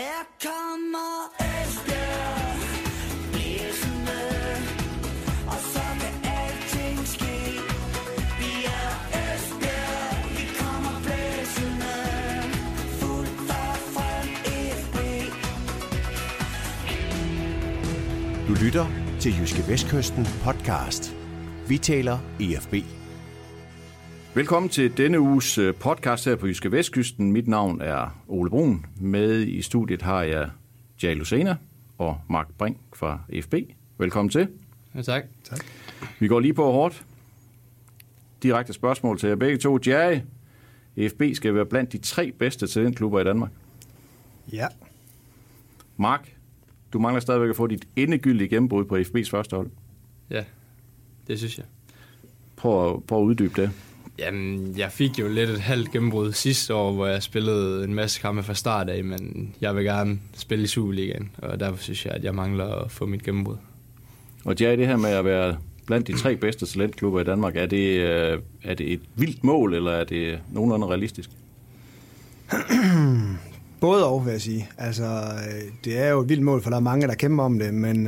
Her kommer Esbjerg blæsende, og så kan alting ske. Vi er Esbjerg, vi kommer blæsende, fuldt og frem FB. Du lytter til Jyske Vestkysten podcast. Vi taler EFB. Velkommen til denne uges podcast her på Jyske Vestkysten. Mit navn er Ole Brun. Med i studiet har jeg Jay Lucena og Mark Brink fra EFB. Velkommen til. Ja, tak. Vi går lige på hårdt. Direkte spørgsmål til jer begge to. Jay, EFB skal være blandt de 3 bedste talentklubber i Danmark. Ja. Mark, du mangler stadigvæk at få dit endegyldige gennembrud på EFB's første hold. Ja, det synes jeg. Prøv at uddybe det. Jamen, jeg fik jo lidt et halvt gennembrud sidste år, hvor jeg spillede en masse kampe fra start af, men jeg vil gerne spille i Superligaen, og derfor synes jeg, at jeg mangler at få mit gennembrud. Og Jay, det her med at være blandt de 3 bedste talentklubber i Danmark, er det et vildt mål, eller er det nogenlunde realistisk? Både og, vil jeg sige. Altså, det er jo et vildt mål, for der er mange, der kæmper om det, men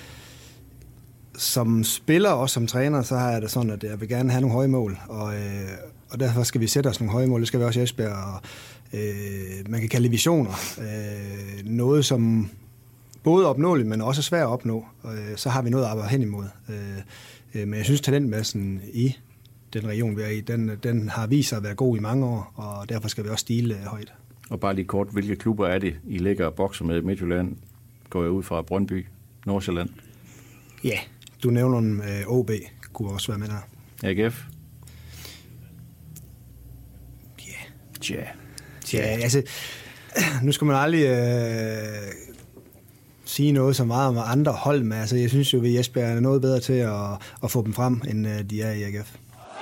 som spiller og som træner, så har jeg det sådan, at jeg vil gerne have nogle høje mål, og derfor skal vi sætte os nogle høje mål. Det skal vi også i Esbjerg, og man kan kalde det visioner. Noget, som både er opnåeligt, men også er svært at opnå. Så har vi noget at arbejde hen imod. Men jeg synes, talentmassen i den region, vi er i, den har vist sig at være god i mange år, og derfor skal vi også stile højt. Og bare lige kort, hvilke klubber er det, I ligger og bokser med? Midtjylland går jeg ud fra Brøndby, Nordsjælland. Ja, du nævner OB, kunne også være med der. AGF? Ja, altså, nu skal man aldrig sige noget så meget om andre hold med. Altså, jeg synes jo, at vi i Esbjerg er noget bedre til at få dem frem, end de er i AGF.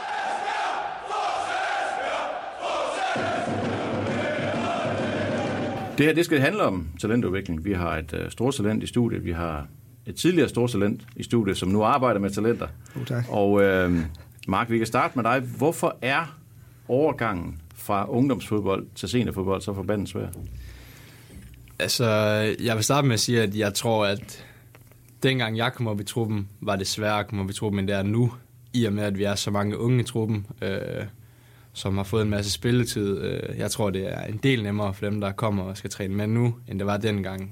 Det her, det skal handle om talentudvikling. Vi har et stort talent i studiet. Vi har et tidligere stort talent i studiet, som nu arbejder med talenter. Tak. Og Mark, vi kan starte med dig. Hvorfor er overgangen fra ungdomsfodbold til seniorfodbold så forbandet svær? Altså, jeg vil starte med at sige, at jeg tror, at dengang jeg kom op i truppen, var det sværere at komme op i truppen, end det er nu, i og med, at vi er så mange unge i truppen, som har fået en masse spilletid. Jeg tror, det er en del nemmere for dem, der kommer og skal træne med nu, end det var dengang.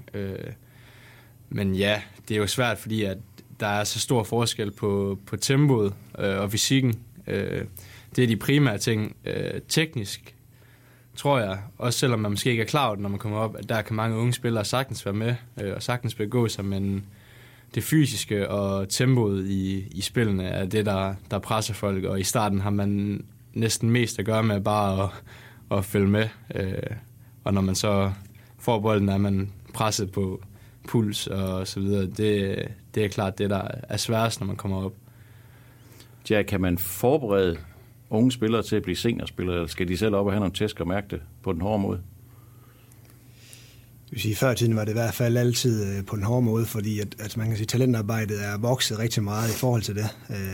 Men ja, det er jo svært, fordi at der er så stor forskel på tempoet og fysikken. Det er de primære ting. Teknisk tror jeg, også selvom man måske ikke er klar over det, når man kommer op, at der kan mange unge spillere sagtens være med og sagtens begå sig, men det fysiske og tempoet i spillene er det, der presser folk, og i starten har man næsten mest at gøre med bare at følge med. Og når man så får bolden, er man presset på puls og så videre. Det er klart det, der er sværest, når man kommer op. Ja, kan man forberede unge spillere til at blive seniorspillere, eller skal de selv op og have nogle tæsk og mærke det på den hårde måde? Jeg vil sige, før i tiden var det i hvert fald altid på den hårde måde, fordi at man kan sige, talentarbejdet er vokset rigtig meget i forhold til det.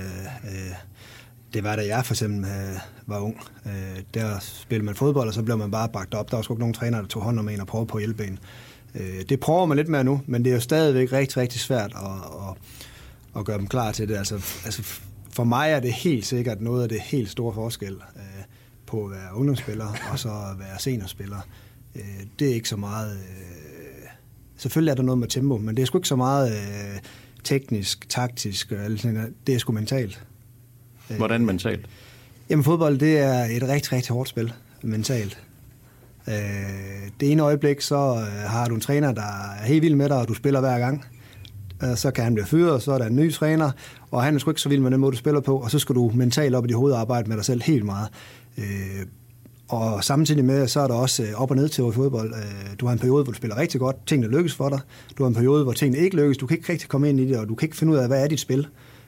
Det var da jeg for eksempel var ung. Der spillede man fodbold, og så blev man bare bragt op. Der var sgu ikke nogen træner, der tog hånd om en og prøvede på at hjælpe en. Det prøver man lidt med nu, men det er jo stadigvæk rigtig, rigtig svært at gøre dem klar til det. Altså for mig er det helt sikkert noget af det helt store forskel på at være ungdomsspiller og så at være seniorspiller. Det er ikke så meget... Selvfølgelig er der noget med tempo, men det er sgu ikke så meget teknisk, taktisk. Det er sgu mentalt. Hvordan mentalt? Jamen fodbold, det er et rigtig, rigtig hårdt spil mentalt. Det ene øjeblik, så har du en træner, der er helt vild med dig, og du spiller hver gang. Så kan han blive fyret, og så er der en ny træner, og han er sgu ikke så vild med den måde, du spiller på, og så skal du mentalt op i dit hoved og arbejde med dig selv helt meget. Og samtidig med, så er der også op- og ned til i fodbold. Du har en periode, hvor du spiller rigtig godt, tingene lykkes for dig. Du har en periode, hvor tingene ikke lykkes, du kan ikke rigtig komme ind i det, og du kan ikke finde ud af, hvad er dit spil.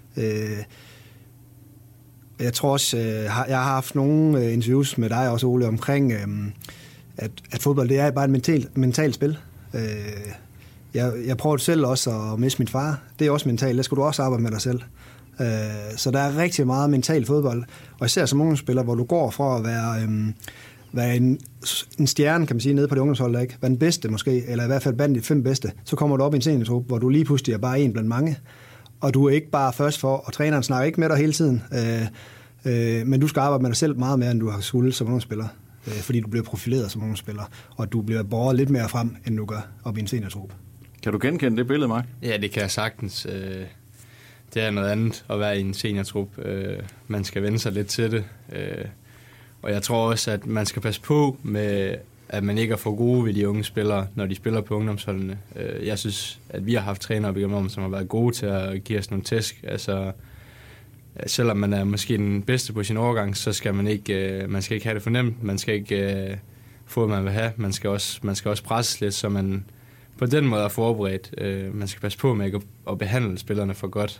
Jeg tror også, jeg har haft nogle interviews med dig også, Ole, omkring, at fodbold, det er bare et mentalt spil. Jeg prøvede selv også at miste min far. Det er også mentalt. Der skal du også arbejde med dig selv. Så der er rigtig meget mental fodbold. Og især som ungdomsspiller, hvor du går fra at være en stjerne, kan man sige, nede på det ungdomshold, ikke? Være den bedste måske, eller i hvert fald blandt de 5 bedste. Så kommer du op i en seniortrup, hvor du lige pludselig er bare en blandt mange, og du er ikke bare først for, og træneren snakker ikke med dig hele tiden, men du skal arbejde med dig selv meget mere, end du har skulle som ungdomsspiller, fordi du bliver profileret som ungdomsspiller, og du bliver båret lidt mere frem, end du gør op i en seniortrup. Kan du genkende det billede, Mark? Ja, det kan jeg sagtens. Det er noget andet at være i en seniortrup. Man skal vende sig lidt til det. Og jeg tror også, at man skal passe på med, at man ikke er for gode ved de unge spillere, når de spiller på ungdomsholdene. Jeg synes, at vi har haft trænere op igennem, som har været gode til at give os nogle tæsk. Altså, selvom man er måske den bedste på sin overgang, så skal man ikke have det for nemt. Man skal ikke få, hvad man vil have. Man skal også presses lidt, så man på den måde er forberedt. Man skal passe på med ikke at behandle spillerne for godt.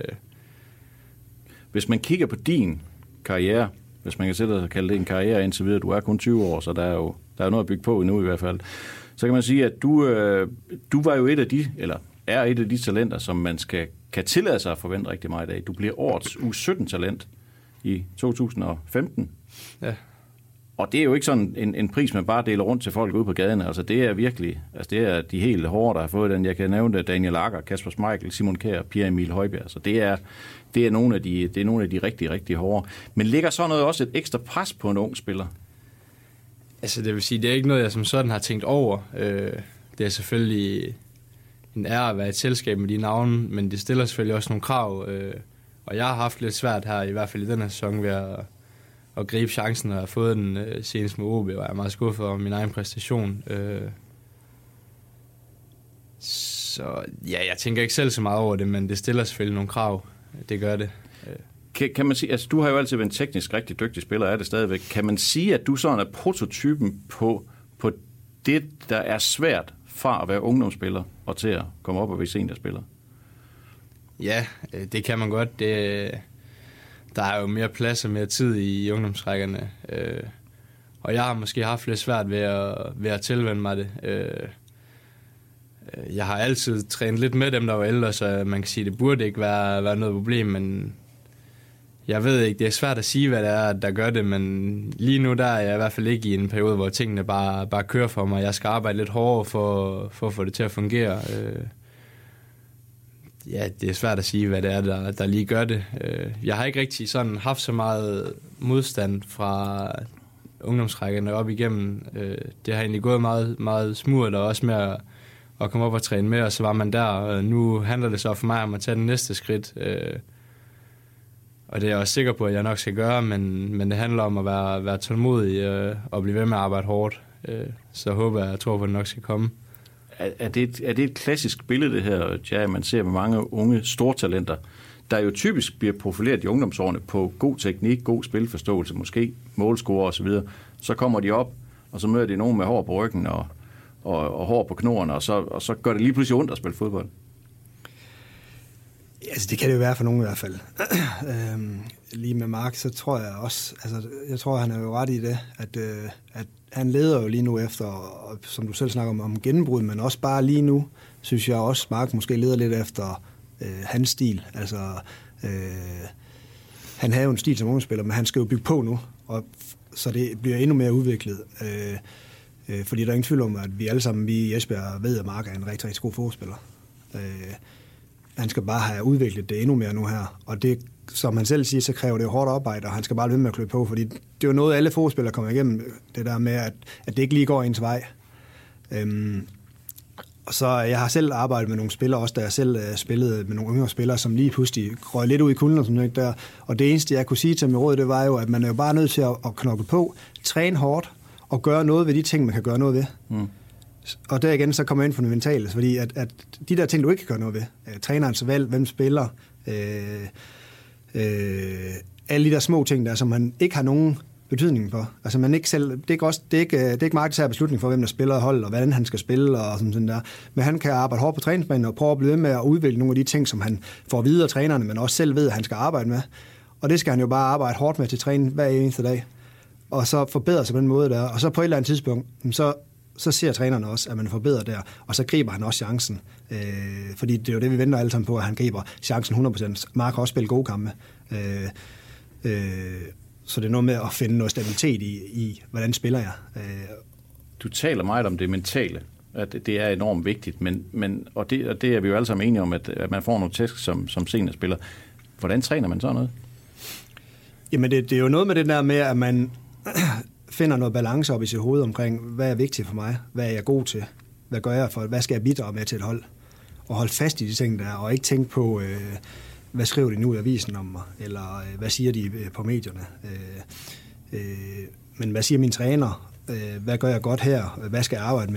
Hvis man kigger på din karriere, hvis man kan sætte og kalde det en karriere indtil videre, du er kun 20 år, så der er noget at bygge på endnu i hvert fald, så kan man sige, at du var jo er et af de talenter, som man kan tillade sig at forvente rigtig meget af. Du bliver årets U17-talent i 2015. Ja. Og det er jo ikke sådan en pris, man bare deler rundt til folk ude på gaden. Altså det er virkelig, det er de helt hårde, der har fået den. Jeg kan nævne det, Daniel Akker, Kasper Schmeichel, Simon Kjær, Pierre Emil Højbjerg. Så det er nogle af de rigtig, rigtig hårde. Men ligger så noget også et ekstra pres på en ung spiller? Altså det vil sige, det er ikke noget, jeg som sådan har tænkt over. Det er selvfølgelig en ære at være et selskab med de navne, men det stiller selvfølgelig også nogle krav. Og jeg har haft lidt svært her, i hvert fald i den her sæson, ved at gribe chancen, og have fået den senest med OB, og jeg er meget skuffet over min egen præstation. Så ja, jeg tænker ikke selv så meget over det, men det stiller selvfølgelig nogle krav. Det gør det. Kan man sige, altså du har jo altid været en teknisk rigtig dygtig spiller, er det stadigvæk. Kan man sige, at du sådan er prototypen på det, der er svært fra at være ungdomsspiller og til at komme op og blive seniorspiller? Ja, det kan man godt. Der er jo mere plads og mere tid i ungdomsrækkerne. Og jeg har måske haft lidt svært ved at tilvende mig det. Jeg har altid trænet lidt med dem, der var ældre, så man kan sige, at det burde ikke være noget problem, men jeg ved ikke, det er svært at sige, hvad det er, der gør det, men lige nu der er jeg i hvert fald ikke i en periode, hvor tingene bare kører for mig. Jeg skal arbejde lidt hårdere for at få det til at fungere. Ja, det er svært at sige, hvad det er, der lige gør det. Jeg har ikke rigtig sådan haft så meget modstand fra ungdomsrækkerne op igennem. Det har egentlig gået meget, meget smurt, og også med at komme op og træne med, og så var man der. Nu handler det så for mig om at tage den næste skridt. Og det er jeg også sikker på, at jeg nok skal gøre, men det handler om at være tålmodig og blive ved med at arbejde hårdt. Så håber jeg tror på, at det nok skal komme. Er det et klassisk billede, det her, ja, man ser med mange unge stortalenter, der jo typisk bliver profileret i ungdomsårene på god teknik, god spilforståelse, måske målscorer osv., så kommer de op, og så møder de nogen med hår på ryggen og hår på knoerne, og så gør det lige pludselig ondt at spille fodbold. Altså, det kan det jo være for nogen i hvert fald. Lige med Mark, så tror jeg også, altså, jeg tror, han er jo ret i det, at han leder jo lige nu efter, og, som du selv snakker om gennembrud, men også bare lige nu, synes jeg også, Mark måske leder lidt efter hans stil. Altså, han havde jo en stil som ungdomsspiller, men han skal jo bygge på nu, og så det bliver endnu mere udviklet. Fordi der er ingen tvivl om, at vi alle sammen, vi i Esbjerg, ved, at Mark er en rigtig, rigtig god fodboldspiller. Han skal bare have udviklet det endnu mere nu her. Og det, som han selv siger, så kræver det jo hårdt arbejde, og han skal bare blive med at klø på, fordi det er jo noget, alle fodboldspillere kommer igennem, det der med, at det ikke lige går ens vej. Og så jeg har selv arbejdet med nogle spillere også, da jeg selv spillede med nogle yngre spillere, som lige pludselig røg lidt ud i kulden og sådan noget der. Og det eneste, jeg kunne sige til dem i rådet, det var jo, at man er jo bare nødt til at knokle på, træne hårdt og gøre noget ved de ting, man kan gøre noget ved. Mm. Og der igen, så kommer jeg ind for det mentale, fordi at de der ting, du ikke kan gøre noget ved, trænerens valg, hvem spiller, alle de der små ting der, som man ikke har nogen betydning for. Altså man ikke selv, det er ikke meget til at beslutning for, hvem der spiller hold, og hvordan han skal spille, og sådan der. Men han kan arbejde hårdt på træningsbanen og prøve at blive med at udvikle nogle af de ting, som han får videre af trænerne, men også selv ved, at han skal arbejde med. Og det skal han jo bare arbejde hårdt med til træning hver eneste dag. Og så forbedre sig på den måde der. Og så på et eller andet tidspunkt, så ser trænerne også, at man forbedrer der, og så griber han også chancen. Fordi det er jo det, vi venter alle sammen på, at han griber chancen 100%. Mark har også spillet gode kampe. Så det er noget med at finde noget stabilitet i hvordan spiller jeg. Du taler meget om det mentale, at det er enormt vigtigt, og det er vi jo alle sammen enige om, at man får nogle tæsk som seniorspiller. Hvordan træner man sådan noget? Jamen det er jo noget med det der med, at man finder noget balance op i sit hoved omkring, hvad er vigtigt for mig, hvad er jeg god til, hvad gør jeg for, hvad skal jeg bidrage med til et hold, og holde fast i de ting der, og ikke tænke på, hvad skriver de nu i avisen om mig, eller hvad siger de på medierne, men hvad siger min træner, hvad gør jeg godt her, hvad skal jeg arbejde med,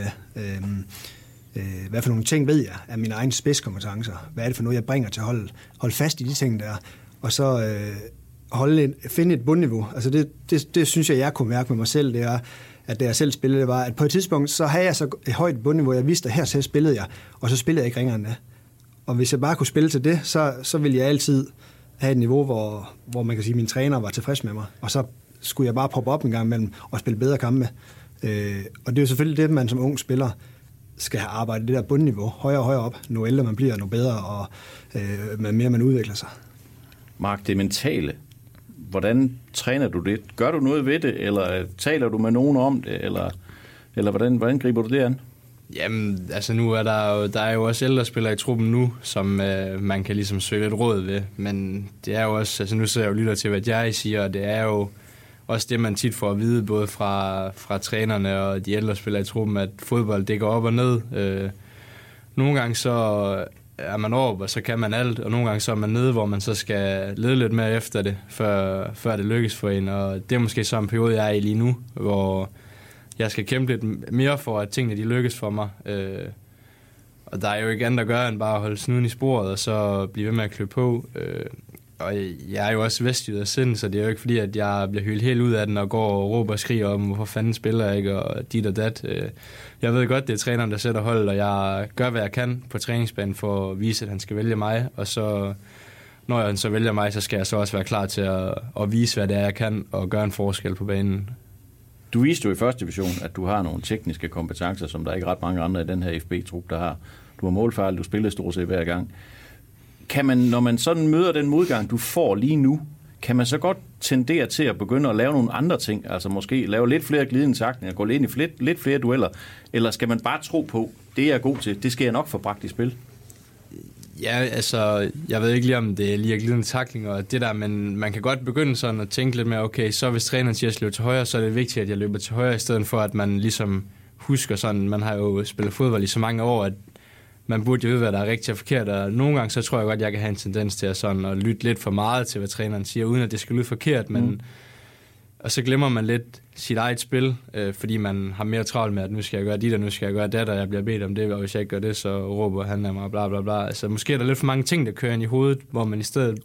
hvad for nogle ting ved jeg af mine egne spidskompetencer, hvad er det for noget, jeg bringer til holdet, hold fast i de ting der, og så finde et bundniveau. Altså det synes jeg kunne mærke med mig selv, det er, at da jeg selv spillede, det var, at på et tidspunkt, så havde jeg så et højt bundniveau, jeg vidste, at her selv spillede jeg, og så spillede jeg ikke ringere end det. Og hvis jeg bare kunne spille til det, så ville jeg altid have et niveau, hvor man kan sige, at min træner var tilfreds med mig, og så skulle jeg bare poppe op en gang imellem og spille bedre kampe. Og det er jo selvfølgelig det, man som ung spiller skal have arbejdet det der bundniveau højere og højere op. Nu ældre man bliver, nu bedre, og mere man udvikler sig. Mark, det mentale. Hvordan træner du det? Gør du noget ved det, eller taler du med nogen om det, eller hvordan griber du det an? Jamen, altså nu er der er jo også ældre spillere i truppen nu, som man kan ligesom søge lidt råd ved, men det er jo også, altså nu sidder jeg jo lytter til, hvad jeg siger, og det er jo også det, man tit får at vide, både fra trænerne og de ældre spillere i truppen, at fodbold, det går op og ned. Nogle gange så er man oppe, og så kan man alt, og nogle gange så er man nede, hvor man så skal lede lidt mere efter det, før det lykkes for en, og det er måske så en periode, jeg er i lige nu, hvor jeg skal kæmpe lidt mere for, at tingene de lykkes for mig. Og der er jo ikke andet at gøre, end bare at holde snuden i sporet, og så blive ved med at klø på. Og jeg er jo også vestjyder af sind, så det er jo ikke fordi, at jeg bliver hyldt helt ud af den og går og råber og skriger om, hvorfor fanden spiller jeg ikke, og dit og dat. Jeg ved godt, det er træneren, der sætter holdet, og jeg gør, hvad jeg kan på træningsbanen for at vise, at han skal vælge mig. Og så, når han så vælger mig, så skal jeg så også være klar til at vise, hvad det er, jeg kan, og gøre en forskel på banen. Du viste jo i første division, at du har nogle tekniske kompetencer, som der ikke er ret mange andre i den her FB-trup, der har. Du har målfarlig, du spiller stort set hver gang. Kan man, når man sådan møder den modgang, du får lige nu, kan man så godt tendere til at begynde at lave nogle andre ting? Altså måske lave lidt flere glidende takninger, gå ind i lidt flere dueller? Eller skal man bare tro på, det jeg er god til, det skal jeg nok få bragt i spil? Ja, altså, jeg ved ikke lige, om det er lige glidende taklinger og det der, men man kan godt begynde sådan at tænke lidt mere, okay, så hvis træneren siger, at jeg løber til højre, så er det vigtigt, at jeg løber til højre, i stedet for, at man ligesom husker sådan, man har jo spillet fodbold i så mange år, at man burde jo vide, hvad der er rigtigt og forkert, og nogle gange så tror jeg godt, at jeg kan have en tendens til at lytte lidt for meget til, hvad træneren siger, uden at det skal lyde forkert, men og så glemmer man lidt sit eget spil, fordi man har mere travlt med, at nu skal jeg gøre dit, og nu skal jeg gøre det, og jeg bliver bedt om det, og hvis jeg ikke gør det, så råber han af mig, bla bla bla. Altså måske er der lidt for mange ting, der kører ind i hovedet, hvor man i stedet,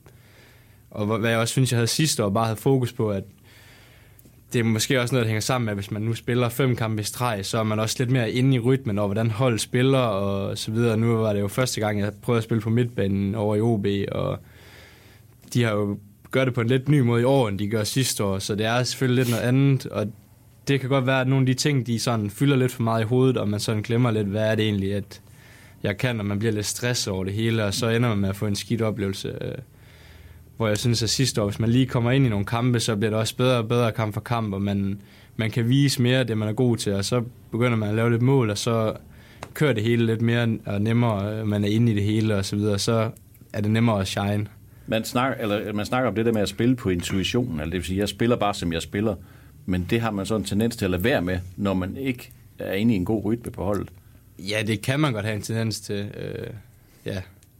og hvad jeg også synes, jeg havde sidste år, bare havde fokus på, at det er måske også noget, der hænger sammen med, at hvis man nu spiller 5 kampe i streg, så er man også lidt mere inde i rytmen over, hvordan hold spiller og så videre. Nu var det jo første gang, jeg prøvede at spille på midtbanen over i OB, og de har jo gør det på en lidt ny måde i år, end de gør sidste år, så det er selvfølgelig lidt noget andet, og det kan godt være, at nogle af de ting, de sådan fylder lidt for meget i hovedet, og man sådan glemmer lidt, hvad er det egentlig, at jeg kan, og man bliver lidt stresset over det hele, og så ender man med at få en skidt oplevelse, hvor jeg synes, at sidste år, hvis man lige kommer ind i nogle kampe, så bliver det også bedre og bedre kamp for kamp, og man kan vise mere af det, man er god til, og så begynder man at lave lidt mål, og så kører det hele lidt mere og nemmere, man er inde i det hele, og så videre, så er det nemmere at shine. Man snakker om det der med at spille på intuitionen, altså det vil sige, jeg spiller bare, som jeg spiller, men det har man så en tendens til at lade være med, når man ikke er inde i en god rytme på holdet. Ja, det kan man godt have en tendens til, ja.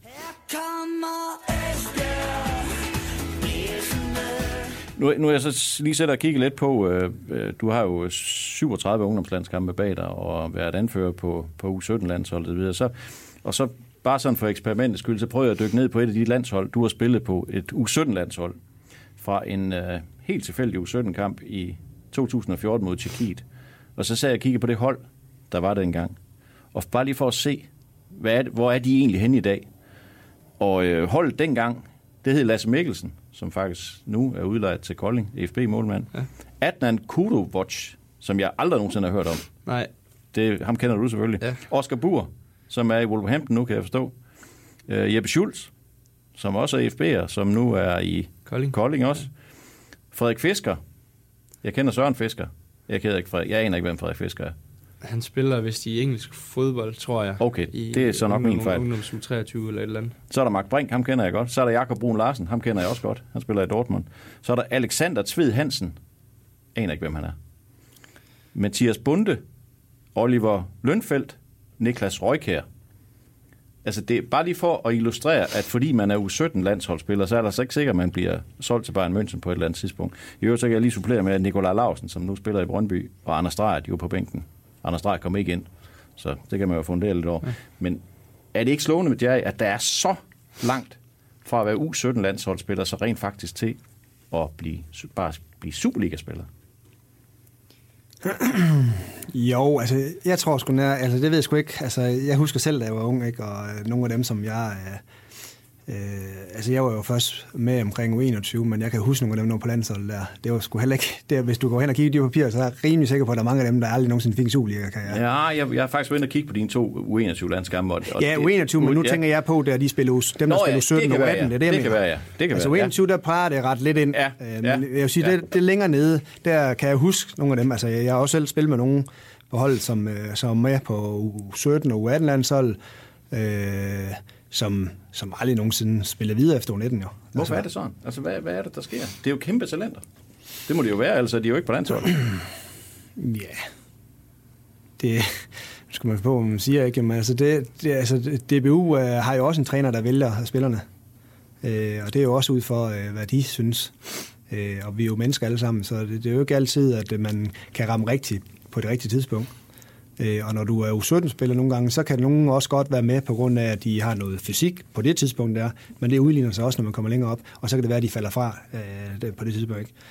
Nu er jeg så lige sætter og kigge lidt på, du har jo 37 ungdomslandskampe bag dig, og været anfører på U17-landsholdet og videre, og så bare sådan for eksperimentets skyld, så prøver jeg at dykke ned på et af de landshold, du har spillet på, et U17-landshold, fra en helt tilfældig U17-kamp i 2014 mod Tjekkiet. Og så sad jeg og kiggede på det hold, der var dengang. Og bare lige for at se, hvor er de egentlig henne i dag. Og holdet dengang, det hed Lasse Mikkelsen, som faktisk nu er udlejet til Kolding, FB-målmand. Ja. Adnan Kudovic, som jeg aldrig nogensinde har hørt om. Nej. Ham kender du selvfølgelig. Ja. Oscar Bur, som er i Wolverhampton nu, kan jeg forstå. Jeppe Schultz, som også er FB'er, som nu er i Kolding også. Frederik Fisker. Jeg kender Søren Fisker. Jeg aner ikke, hvem Frederik Fisker er. Han spiller vist i engelsk fodbold, tror jeg. Okay, det er så nok min fejl. Ungdoms 23 eller et eller andet. Så er der Mark Brink, ham kender jeg godt. Så er der Jakob Brun Larsen, ham kender jeg også godt. Han spiller i Dortmund. Så er der Alexander Tved Hansen. Aner ikke, hvem han er. Mathias Bunde, Oliver Lønfeldt, Niklas Røykjær. Altså, det er bare lige for at illustrere, at fordi man er U17-landsholdsspiller, så er der så ikke sikkert, at man bliver solgt til Bayern München på et eller andet tidspunkt. I øvrigt så kan jeg lige supplere med, at Nikolaj Lausen, som nu spiller i Brøndby, og Anders Dreyer, de er jo på bænken. Anders Dreyer kom ikke ind, så det kan man jo fundere lidt over. Ja. Men er det ikke slående med Jerry, at der er så langt fra at være U17-landsholdsspiller, så rent faktisk til at bare blive Superliga-spiller? Jo, altså, jeg tror sgu altså, det ved jeg sgu ikke. Altså, jeg husker selv, da jeg var ung, ikke? Og nogle af dem, som jeg... altså, jeg var jo først med omkring U21, men jeg kan huske nogle af dem nu på landsholdet der. Det var sgu heller ikke... Det, hvis du går hen og kigger i de papirer, så er jeg rimelig sikker på, at der er mange af dem, der aldrig nogensinde fik en Superliga-karriere. Ja, jeg har faktisk været inde og kigge på dine 2 U21-landskampe. Ja, U21, men nu tænker jeg på, at de spiller, dem, der spiller 17 og 18. Det kan være, ja. Det kan altså, være, U21, der plejer det ret lidt ind. Men jeg vil sige, det er længere nede. Der kan jeg huske nogle af dem. Altså, jeg har også selv spillet med nogen på holdet, som er med på U17 og U18-landshold, som aldrig nogensinde spiller videre efter U19, jo. Hvorfor er det sådan? Altså, hvad er det, der sker? Det er jo kæmpe talenter. Det må det jo være, altså. De er jo ikke på landsholdet. Ja. Det skal man på, man siger ikke. Men altså, DBU har jo også en træner, der vælger spillerne. Og det er jo også ud for, hvad de synes. Og vi er jo mennesker alle sammen, så det er jo ikke altid, at man kan ramme rigtigt på det rigtige tidspunkt. Og når du er U17-spiller nogle gange, så kan nogen også godt være med på grund af, at de har noget fysik på det tidspunkt der, men det udligner sig også, når man kommer længere op, og så kan det være, at de falder fra på det tidspunkt. Ikke?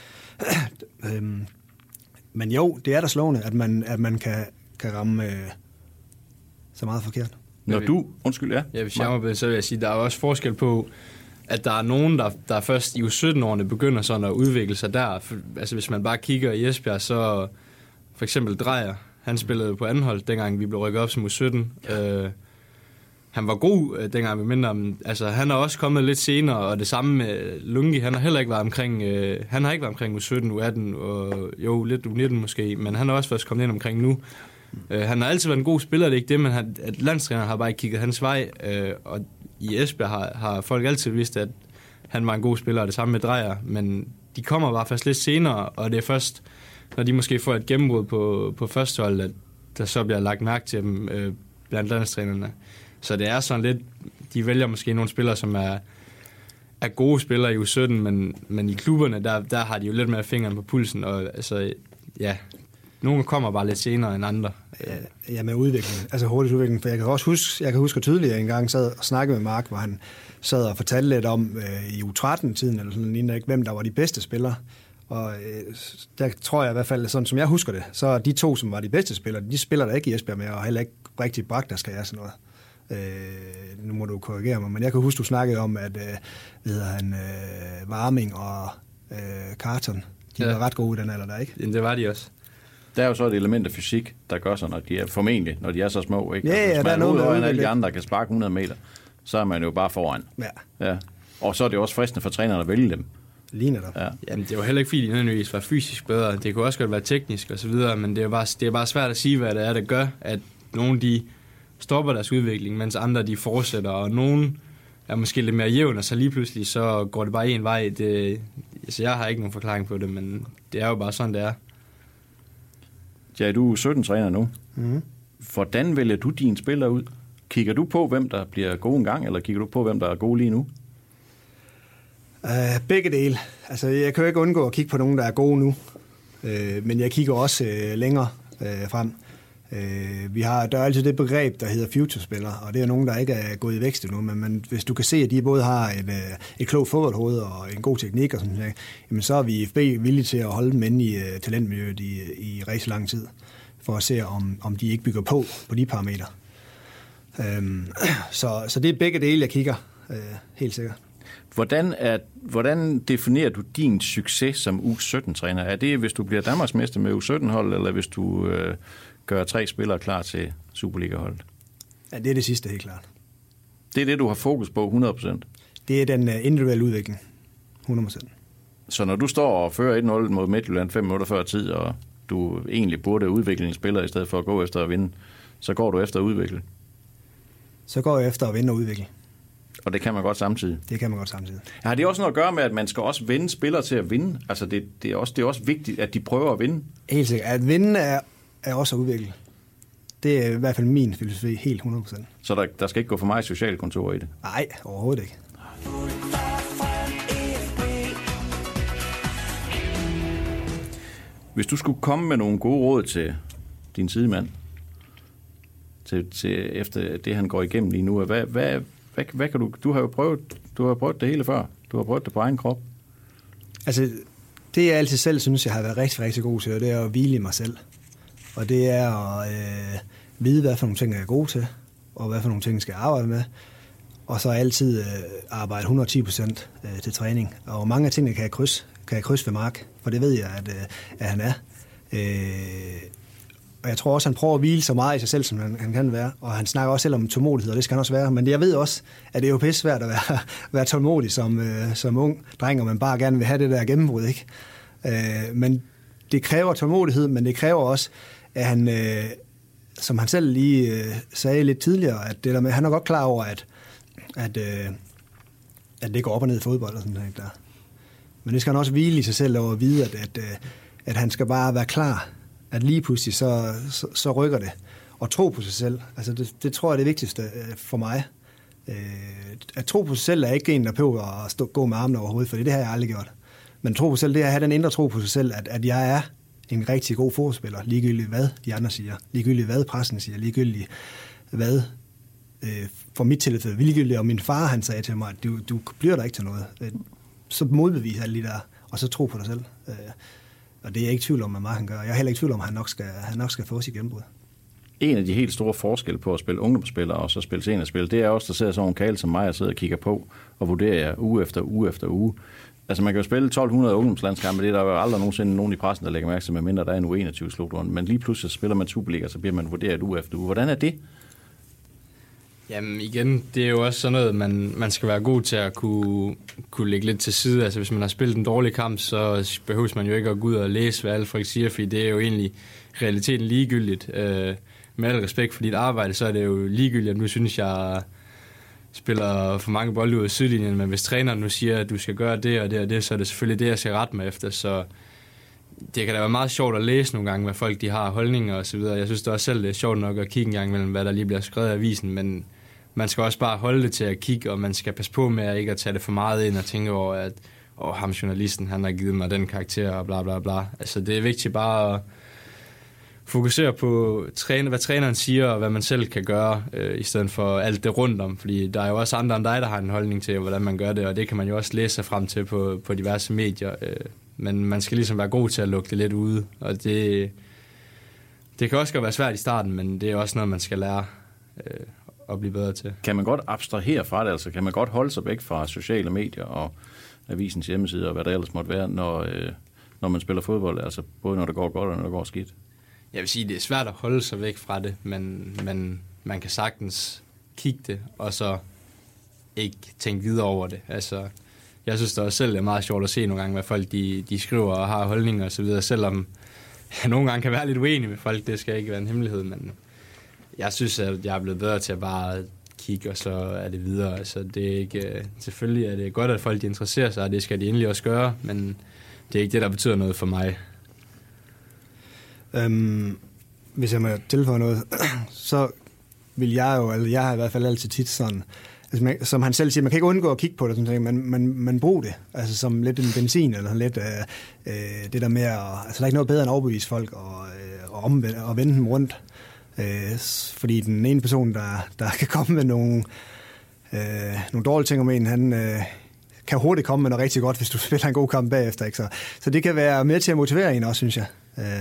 Men jo, det er da slående, at man kan ramme så meget forkert. Når du... Undskyld, ja. Ja, hvis jeg må så vil jeg sige, der er også forskel på, at der er nogen, der først i U17-årene begynder sådan at udvikle sig der. Altså hvis man bare kigger i Esbjerg, så for eksempel Dreyer, han spillede på anden hold, dengang vi blev rykket op som U17. Han var god, dengang vi mindre. Altså, han er også kommet lidt senere, og det samme med Lungi. Han har heller ikke været omkring, han har ikke været omkring U17, U18, og jo, lidt U19 måske, men han har også først kommet ind omkring nu. Han har altid været en god spiller, det er ikke det, men at landstræneren har bare ikke kigget hans vej, og i Esbjerg har folk altid vidst, at han var en god spiller, og det samme med Dreyer, men de kommer bare først lidt senere, og det er først, når de måske får et gennembrud på førstehold, at der så bliver lagt mærke til dem blandt landstrænerne. Så det er sådan lidt, de vælger måske nogle spillere, som er gode spillere i U17, men i klubberne, der har de jo lidt mere fingeren på pulsen, og altså, ja, nogle kommer bare lidt senere end andre. Ja, med udvikling, altså hurtigt udvikling, for jeg kan huske tydeligt, at jeg engang sad og snakkede med Mark, hvor han sad og fortalte lidt om i U13-tiden, eller sådan, hvem der var de bedste spillere. Og der tror jeg i hvert fald, sådan som jeg husker det, så de 2, som var de bedste spillere, de spiller der ikke i Esbjerg med, og heller ikke rigtig bragt, der skal jeg sådan noget. Nu må du korrigere mig, men jeg kan huske, du snakkede om, at Warming og Carton, de var ret gode i den alder der, ikke? Det var de også. Der er jo så et element af fysik, der gør sig, når de er formentlig, når de er så små, ikke? Ja, hvis man der er noget med alle de andre, der kan sparke 100 meter, så er man jo bare foran. Ja. Og så er det også fristende for trænerne at vælge dem. Ligner der. Ja. Jamen, det var heller ikke, fordi de nødvendigvis var fysisk bedre. Det kunne også godt være teknisk og så videre, men det er bare svært at sige, hvad det er, der gør, at nogle de stopper deres udvikling, mens andre de fortsætter, og nogen er måske lidt mere jævn, og så lige pludselig så går det bare en vej. Så jeg har ikke nogen forklaring på det, men det er jo bare sådan, det er. Ja, du er 17-træner nu. Mm-hmm. Hvordan vælger du dine spillere ud? Kigger du på, hvem der bliver gode en gang, eller kigger du på, hvem der er gode lige nu? Begge dele. Altså, jeg kan jo ikke undgå at kigge på nogen, der er gode nu. Men jeg kigger også længere frem. Der er altid det begreb, der hedder future-spillere, og det er nogen, der ikke er gået i vækst endnu, men hvis du kan se, at de både har et klogt fodboldhoved og en god teknik, og sådan noget, jamen så er vi i FB villige til at holde dem inde i talentmiljøet i rigtig lang tid, for at se, om de ikke bygger på de parametre. Så det er begge dele, jeg kigger, helt sikkert. Hvordan definerer du din succes som U17-træner? Er det, hvis du bliver Danmarksmester med U17-hold, eller hvis du gør 3 spillere klar til Superliga-holdet? Ja, det er det sidste, helt klart. Det er det, du har fokus på 100%? Det er den individuelle udvikling, 100%. Så når du står og fører 1-0 mod Midtjylland 5 minutter før tid, og du egentlig burde udvikle en spiller i stedet for at gå efter at vinde, så går du efter at udvikle? Så går jeg efter at vinde og udvikle. Og det kan man godt samtidig? Det kan man godt samtidig. Ja, har det også noget at gøre med, at man skal også vende spillere til at vinde? Altså det er også vigtigt, at de prøver at vinde? Helt sikkert. At vinde er også at udvikle. Det er i hvert fald min filosofi, helt 100%. Så der skal ikke gå for meget socialkontor i det? Nej, overhovedet ikke. Hvis du skulle komme med nogle gode råd til din sidemand, til efter det, han går igennem lige nu, hvad kan du har jo prøvet det hele før. Du har prøvet det på egen krop. Altså, det jeg altid selv synes, jeg har været rigtig, rigtig god til, det er at hvile i mig selv. Og det er at vide, hvad for nogle ting jeg er god til, og hvad for nogle ting jeg skal arbejde med. Og så altid arbejde 110% til træning. Og mange af tingene kan jeg krydse ved Mark, for det ved jeg, at han er. Og jeg tror også, han prøver at hvile så meget i sig selv, som han kan være. Og han snakker også selv om tålmodighed, og det skal han også være. Men jeg ved også, at det er jo pisse svært at være tålmodig som ung dreng, og man bare gerne vil have det der gennembrud, ikke? Men det kræver tålmodighed, men det kræver også, at han, som han selv lige sagde lidt tidligere, at det der med, han er godt klar over, at det går op og ned i fodbold og sådan noget der. Men det skal han også hvile i sig selv over at vide, at han skal bare være klar, at lige pludselig så rykker det. Og tro på sig selv. Altså det tror jeg er det vigtigste for mig. At tro på sig selv er ikke en, der behøver at gå med armene over hovedet, for det har jeg aldrig gjort. Men tro på sig selv, det er at have den indre tro på sig selv, at jeg er en rigtig god fodboldspiller, ligegyldigt hvad de andre siger, ligegyldigt hvad pressen siger, ligegyldigt hvad for mit tilfælde, ligegyldigt og min far han sagde til mig, at du bliver der ikke til noget. Så modbevis alle de der, og så tro på dig selv. Og det er jeg ikke i tvivl om, at Mark han gør. Jeg er heller ikke i tvivl om, at han nok skal få sit gennembrud. En af de helt store forskelle på at spille ungdomsspillere og så spille seniorspil, det er også, der sidder sådan en kale som mig og sidder og kigger på og vurderer uge efter uge efter uge. Altså man kan jo spille 1200 ungdomslandskampe, det er der jo aldrig nogensinde nogen i pressen, der lægger mærke til, medmindre der er en U21-slutrunde. Men lige pludselig spiller man Superliga, så bliver man vurderet uge efter uge. Hvordan er det? Jamen igen, det er jo også sådan noget, man skal være god til at kunne lægge lidt til side. Altså hvis man har spillet en dårlig kamp, så behøver man jo ikke at gå ud og læse, hvad alle folk siger, fordi det er jo egentlig realiteten ligegyldigt. Med al respekt for dit arbejde, så er det jo ligegyldigt, at nu synes jeg spiller for mange bolde ud af sidelinjen, men hvis træneren nu siger, at du skal gøre det og det og det, så er det selvfølgelig det, jeg skal rette mig efter. Så det kan da være meget sjovt at læse nogle gange, hvad folk de har holdninger og så videre. Jeg synes det også selv, det er sjovt nok at kigge en gang mellem, hvad der lige bliver skrevet i avisen, men man skal også bare holde det til at kigge, og man skal passe på med at ikke at tage det for meget ind og tænke over, at ham journalisten, han har givet mig den karakter og bla bla bla. Altså det er vigtigt bare at fokusere på, hvad træneren siger, og hvad man selv kan gøre, i stedet for alt det rundt om. Fordi der er jo også andre end dig, der har en holdning til, hvordan man gør det, og det kan man jo også læse sig frem til på diverse medier. Men man skal ligesom være god til at lukke det lidt ude, og det kan også godt være svært i starten, men det er også noget, man skal lære at blive bedre til. Kan man godt abstrahere fra det? Altså kan man godt holde sig væk fra sociale medier og avisens hjemmeside og hvad der ellers måtte være, når man spiller fodbold? Altså både når det går godt og når det går skidt? Jeg vil sige, det er svært at holde sig væk fra det, men man kan sagtens kigge det, og så ikke tænke videre over det. Altså, jeg synes det også selv er meget sjovt at se nogle gange, hvad folk de skriver og har holdninger og så videre, selvom jeg nogle gange kan være lidt uenig med folk, det skal ikke være en hemmelighed, men jeg synes, at jeg er blevet bedre til at bare kigge, og så er det videre. Altså, det er ikke, selvfølgelig er det godt, at folk de interesserer sig, og det skal de endelig også gøre, men det er ikke det, der betyder noget for mig. Hvis jeg må tilføje noget, så vil jeg jo, altså jeg har i hvert fald altid tit sådan, altså som han selv siger, man kan ikke undgå at kigge på det, man bruger det, altså som lidt en benzin, eller lidt det der med, altså der er ikke noget bedre end at overbevise folk, og vende dem rundt, fordi den ene person, der kan komme med nogle dårlige ting om en, han kan hurtigt komme med noget rigtig godt, hvis du spiller en god kamp bagefter, ikke? Så det kan være med til at motivere en også, synes jeg.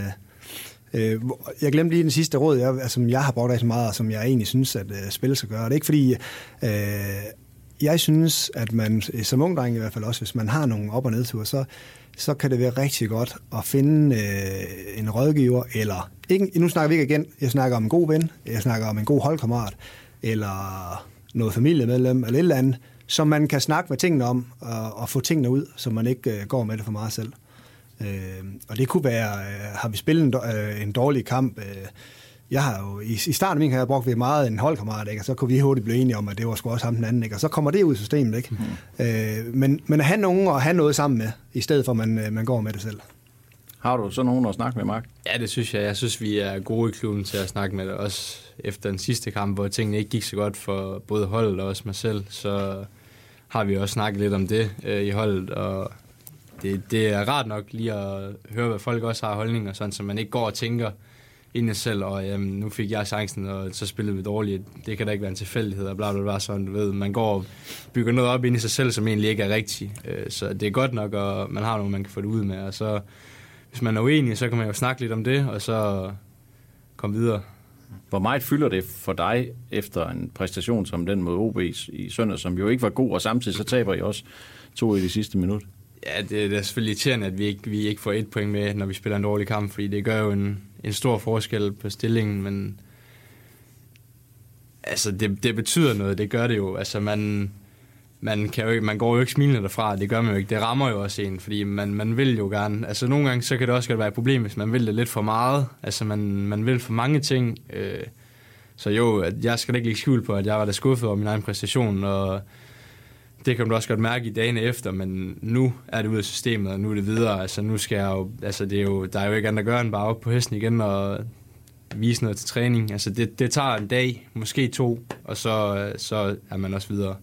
Jeg glemte lige den sidste råd, som jeg har brugt rigtig meget, og som jeg egentlig synes, at spil skal gøre. Det er ikke fordi, jeg synes, at man som ung dreng i hvert fald også, hvis man har nogle op- og nedture, så kan det være rigtig godt at finde en rådgiver, eller ikke, nu snakker vi ikke igen, jeg snakker om en god ven, jeg snakker om en god holdkammerat, eller noget familiemedlem, eller et eller andet, som man kan snakke med tingene om, og få tingene ud, så man ikke går med det for meget selv. Og det kunne være, har vi spillet en dårlig kamp. Jeg har jo i starten af min karriere brugt vi meget en holdkammerat, ikke? Og så kunne vi hurtigt blive enige om, at det var sgu også ham den anden, ikke? Og så kommer det ud i systemet, ikke? Men at have nogen og have noget sammen med, i stedet for at man går med det selv. Har du så nogen at snakke med, Mark? Ja, det synes jeg. Jeg synes, vi er gode i klubben til at snakke med det. Også efter den sidste kamp, hvor tingene ikke gik så godt for både holdet og også mig selv, så har vi også snakket lidt om det i holdet. Og det er rart nok lige at høre, hvad folk også har holdninger, sådan, så man ikke går og tænker ind i sig selv, og jamen, nu fik jeg chancen, og så spillede vi dårligt. Det kan da ikke være en tilfældighed, og bla bla bla, sådan, du ved. Man går og bygger noget op ind i sig selv, som egentlig ikke er rigtigt. Så det er godt nok, og man har noget, man kan få det ud med, og så hvis man er uenig, så kan man jo snakke lidt om det, og så komme videre. Hvor meget fylder det for dig efter en præstation som den mod OB i søndag, som jo ikke var god, og samtidig så taber I også 2 i det sidste minut? Ja, det er selvfølgelig irriterende, at vi ikke får 1 point med, når vi spiller en dårlig kamp, fordi det gør jo en stor forskel på stillingen, men altså det betyder noget, det gør det jo. Altså man går jo ikke smilende derfra, det gør man jo ikke. Det rammer jo også en, fordi man vil jo gerne. Altså nogle gange, så kan det også godt være et problem, hvis man vil det lidt for meget. Altså man vil for mange ting. Så jo, jeg skal da ikke lægge skjul på, at jeg var da skuffet over min egen præstation, og det kan du også godt mærke i dagene efter, men nu er det ude af systemet, og nu er det videre. Altså nu skal jeg jo, altså det er jo, der er jo ikke andet at gøre end bare op på hesten igen og vise noget til træning. Altså det tager en dag, måske 2, og så er man også videre.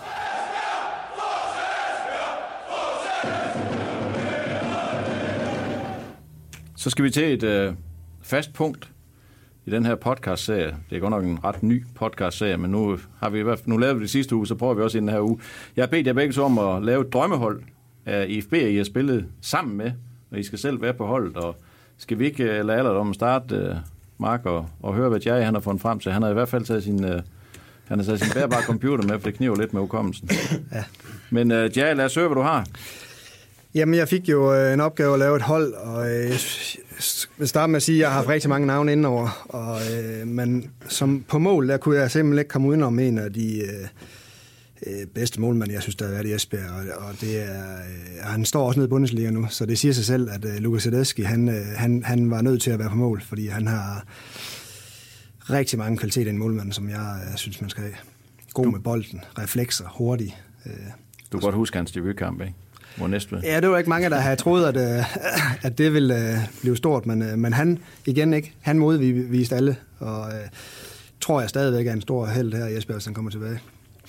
Så skal vi til et fast punkt i den her podcast-serie. Det er godt nok en ret ny podcast-serie, men nu lavede vi det sidste uge, så prøver vi også i den her uge. Jeg har bedt jer begge så om at lave et drømmehold af IFB'er, I har spillet sammen med, og I skal selv være på holdet. Og skal vi ikke lade alderdommen starte, Mark, og høre, hvad Jerry han har fundet frem til? Han har i hvert fald taget sin bærbare computer med, for det kniver lidt med hukommelsen. Ja. Men Jerry, lad os høre, hvad du har. Jamen, jeg fik jo en opgave at lave et hold, og jeg vil starte med at sige, at jeg har haft rigtig mange navne indenover, men som på mål, der kunne jeg simpelthen ikke komme udenom en af de bedste målmænd, jeg synes, der har været i Esbjerg, og det er, han står også nede i Bundesliga nu, så det siger sig selv, at Lukas Sadecki, han var nødt til at være på mål, fordi han har rigtig mange kvaliteter i en målmand, som jeg synes, man skal have. God med bolden, reflekser, hurtig. Du kan godt huske hans debutkamp, ikke? Ja, det var ikke mange, der havde troet, at det ville blive stort, men han igen ikke. Han modviste alle, og tror jeg stadigvæk er en stor held her i Esbjerg, hvis han kommer tilbage.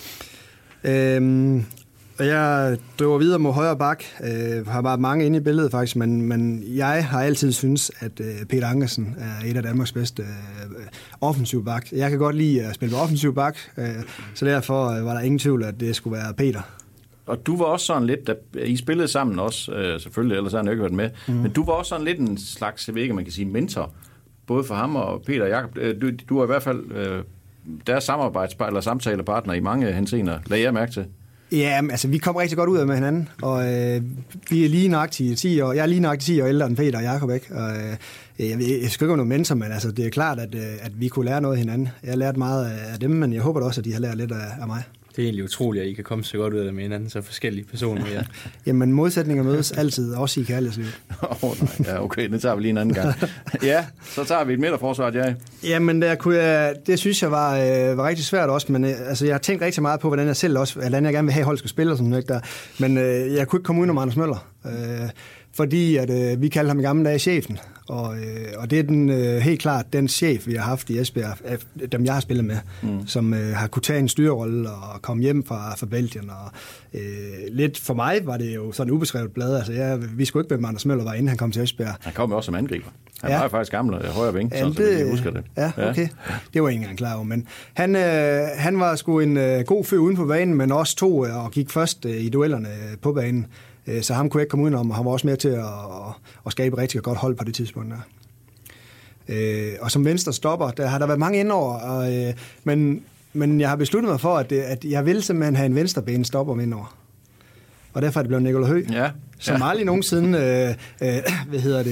Og jeg driver videre mod højre bak. Har bare mange inde i billedet faktisk, men jeg har altid synes, at Peter Ankersen er et af Danmarks bedste offensiv bak. Jeg kan godt lide at spille på offensiv bak, så derfor var der ingen tvivl, at det skulle være Peter. Og du var også sådan lidt, da I spillede sammen også, selvfølgelig, ellers har han jo ikke været med, men du var også sådan lidt en slags, jeg ved ikke, man kan sige, mentor, både for ham og Peter og Jakob. Du er i hvert fald deres samtalepartner i mange henseender. Lad jeg mærke til. Ja, altså vi kom rigtig godt ud af med hinanden, og vi er lige nøjagtigt 10 år. Jeg er lige nøjagtigt 10 år ældre end Peter og Jakob, ikke? Og jeg skal ikke være nogen mentor, men altså, det er klart, at vi kunne lære noget af hinanden. Jeg har lært meget af dem, men jeg håber også, at de har lært lidt af mig. Det er egentlig utroligt, at I kan komme så godt ud af det med hinanden, så forskellige personer. Ja. Jamen, modsætninger mødes altid, også i kærlighedslivet. Ja, okay, det tager vi lige en anden gang. Ja, så tager vi et midterforsvar, ja. Jamen, det synes jeg var rigtig svært også, men altså, jeg har tænkt rigtig meget på, hvordan jeg selv også, hvordan jeg gerne vil have, holdet skal spille og sådan noget der. Men jeg kunne ikke komme uden om Anders Møller, fordi at, vi kaldte ham i gamle dage chefen. Og det er den helt klart den chef, vi har haft i Esbjerg, dem jeg har spillet med, som har kunne tage en styrerolle og komme hjem fra Belgien. Og lidt for mig var det jo sådan et ubeskrevet blad. Altså, vi skulle ikke, hvem Anders Møller var, inden han kom til Esbjerg. Han kom jo også som angriber. Han var jo faktisk gammel højre ving, så jeg husker det. Ja, okay. Det var jeg ikke engang klar over. Men han var sgu en god fyr uden på banen, men også tog og gik først i duellerne på banen. Så ham kunne jeg ikke komme udenom, og han var også med til at skabe et rigtig godt hold på det tidspunkt der. Og som venstre stopper, der har der været mange indover, men jeg har besluttet mig for, at jeg vil simpelthen have en venstreben stopper indover. Og derfor er det blevet Nicolai Høgh, som aldrig nogensinde,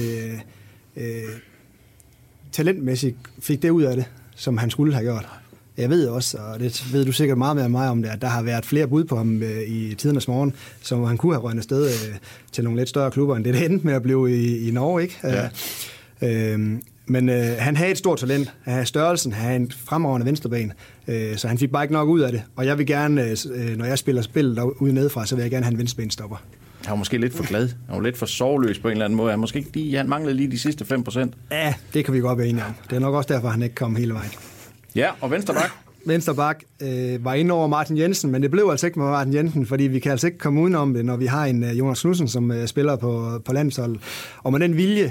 talentmæssigt fik det ud af det, som han skulle have gjort. Jeg ved også, og det ved du sikkert meget mere end mig om det, at der har været flere bud på ham i tidernes morgen, som han kunne have røget afsted til nogle lidt større klubber, end det endte med at blive i Norge, ikke? Ja. Men han havde et stort talent, han havde størrelsen, han havde en fremragende venstreben, så han fik bare ikke nok ud af det. Og jeg vil gerne, når jeg spiller spillet derude nedefra, så vil jeg gerne have en venstrebenstopper. Han var måske lidt for glad. Han var lidt for sorgløs på en eller anden måde. Han manglede lige de sidste 5%. Ja, det kan vi godt være enige om. Det er nok også derfor, han ikke kom hele vejen. Ja, og venstrebak? Venstrebak var inde over Martin Jensen, men det blev altså ikke med Martin Jensen, fordi vi kan altså ikke komme udenom det, når vi har en Jonas Knudsen, som spiller på landsholdet. Og med den vilje...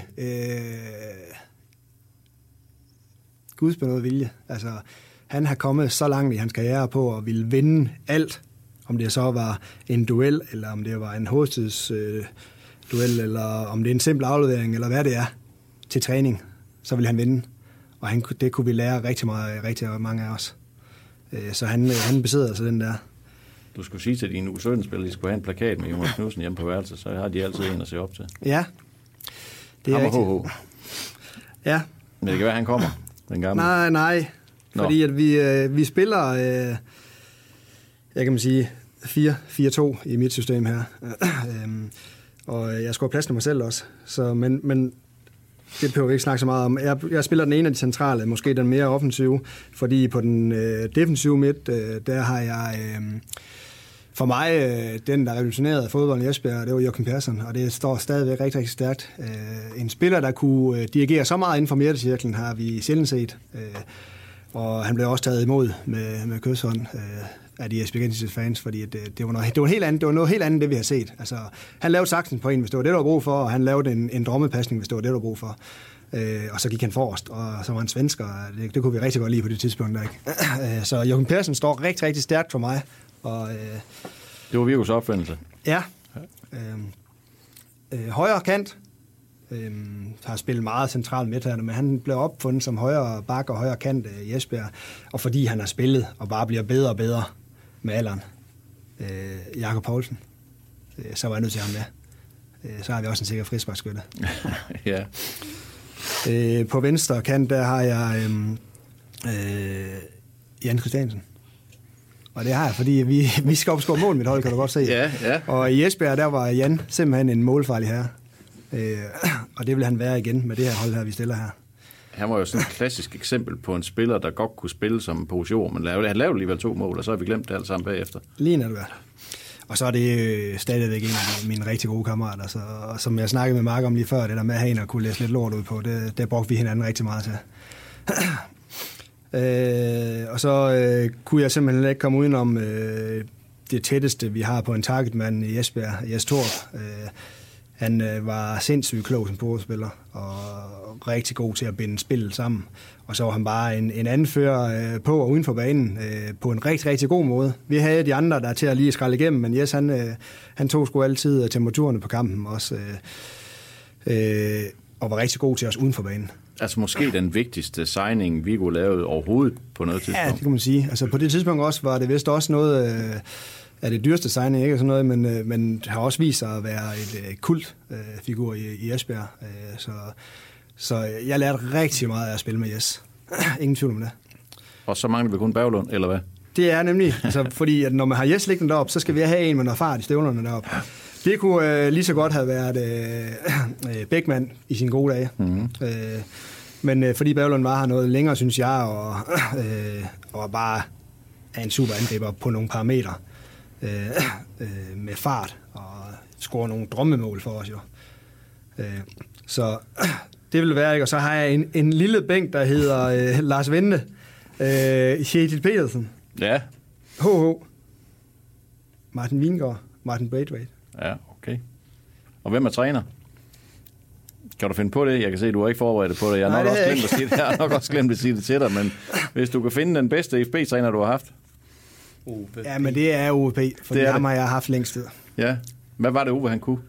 gudsbenået vilje. Altså, han har kommet så langt i hans karriere på at ville vinde alt. Om det så var en duel, eller om det var en hovedtidsduel, eller om det er en simpel aflevering, eller hvad det er, til træning, så vil han vinde. Og det kunne vi lære rigtig mange af os. Så han besidder altså den der. Du skulle sige til dine U17-spillere, at de skulle have en plakat med Jonas Knudsen hjemme på værelset, så har de altid en at se op til. Ja, det er rigtigt. Ja. Men det kan være, han kommer, den gamle. Nej. Fordi at vi spiller, jeg kan man sige, 4-4-2 i mit system her. Og jeg skulle have plads til mig selv også. Så, men det behøver vi ikke snakke så meget om. Jeg spiller den ene af de centrale, måske den mere offensive, fordi på den defensive midt, der har jeg... For mig, den der revolutionerede fodbolden i Esbjerg, det var Joachim Persson, og det står stadigvæk rigtig, rigtig stærkt. En spiller, der kunne dirigere så meget inden for midtercirklen, har vi sjældent set. Og han blev også taget imod med kysshånd af de esbjergensiske fans, fordi det var noget helt andet, det vi har set. Altså, han lavede saksen på en, hvis det var det, der var brug for, og han lavede en drommepasning, hvis det var det, der var brug for. Og så gik han forrest, og så var han svensker. Det kunne vi rigtig godt lide på det tidspunkt. Der, ikke? Så Joachim Persson står rigtig, rigtig stærkt for mig. Og, det var Virkos opfindelse. Ja. Højre kant har spillet meget centralt midt her, men han blev opfundet som højre bak og højre kant i Esbjerg, og fordi han har spillet og bare bliver bedre og bedre med alderen. Jakob Poulsen, så var jeg nødt til ham med. Så har vi også en sikker frisparkskytte. Ja. På venstre kant, der har jeg Jan Christiansen. Og det har jeg, fordi vi skal opscore mål, mit hold, kan du godt se. Ja. Og i Esbjerg, der var Jan simpelthen en målfarlig herre. Og det vil han være igen med det her hold her, vi stiller her. Han var jo sådan et klassisk eksempel på en spiller, der godt kunne spille som position, men han lavede alligevel 2 mål, og så har vi glemt det alt sammen bagefter. Lige når du er. Og så er det stadigvæk en af mine rigtig gode kammerater. Så, og som jeg snakkede med Mark om lige før, det der med at have en at kunne læse lidt lort ud på, det brugte vi hinanden rigtig meget til. Og så kunne jeg simpelthen ikke komme udenom det tætteste, vi har på en targetmand i Esbjerg, Jes Torp. Han var sindssygt klog som fodboldspiller og rigtig god til at binde spillet sammen. Og så var han bare en anfører på og uden for banen på en rigtig, rigtig god måde. Vi havde de andre, der er til at lige skralde igennem, men Jes, han tog sgu altid temperaturerne på kampen også, og var rigtig god til os uden for banen. Altså måske den vigtigste signing, Viggo lavede overhovedet på noget tidspunkt. Ja, det kan man sige. Altså på det tidspunkt også var det vist også noget af det dyreste signing, ikke sådan noget, men har også vist sig at være et kultfigur i Esbjerg. Så jeg lærte rigtig meget af at spille med Jes. Ingen tvivl om det. Og så mangler vi kun Berglund, eller hvad? Det er nemlig, altså, fordi at når man har Jes liggende deroppe, så skal vi have en med noget fart i støvlerne deroppe. Det kunne lige så godt have været Bækman i sine gode dage. Mm-hmm. Men fordi Berglund var her noget længere, synes jeg, og bare er en super angriber på nogle parametre med fart og score nogle drømmemål for os jo. Så det vil være, ikke? Og så har jeg en lille bænk, der hedder Lars Vente, Kjetil Petersen, ja. HH, Martin Vingård, Martin Braithwaite. Ja, okay. Og hvem er træner? Kan du finde på det? Jeg kan se, at du har ikke forberedt på det. Jeg har nok også glemt at sige det til dig, men hvis du kan finde den bedste FB-træner, du har haft? OP. Ja, men det er OP, for det ham har jeg haft længst tid. Ja. Hvad var det, Ove, han kunne?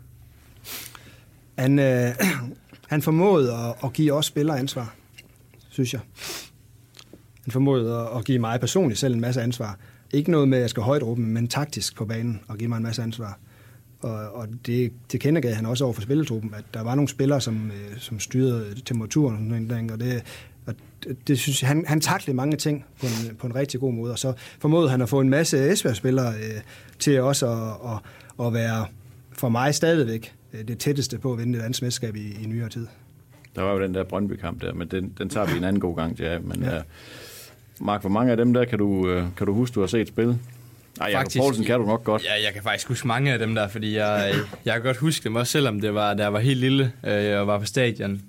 Han formåede at give os spillere ansvar, synes jeg. Han formåede at give mig personligt selv en masse ansvar. Ikke noget med, at jeg skal højt råbe, men taktisk på banen og give mig en masse ansvar. Og det tilkendegav han også over for spilletruppen, at der var nogle spillere, som styrede temperaturen, og Og det synes jeg, han taklede mange ting på en rigtig god måde, og så formåede han at få en masse Esbjerg-spillere til også at være, for mig stadigvæk, det tætteste på at vinde det danske mesterskab i nyere tid. Der var jo den der Brøndby-kamp der, men den tager vi en anden god gang, ja. Men Mark, hvor mange af dem der kan du huske, du har set spille? Nej, Jakob Poulsen kan du nok godt. Ja, jeg kan faktisk huske mange af dem der, fordi jeg kan godt huske dem, også selvom det var, da jeg var helt lille, og var på stadion.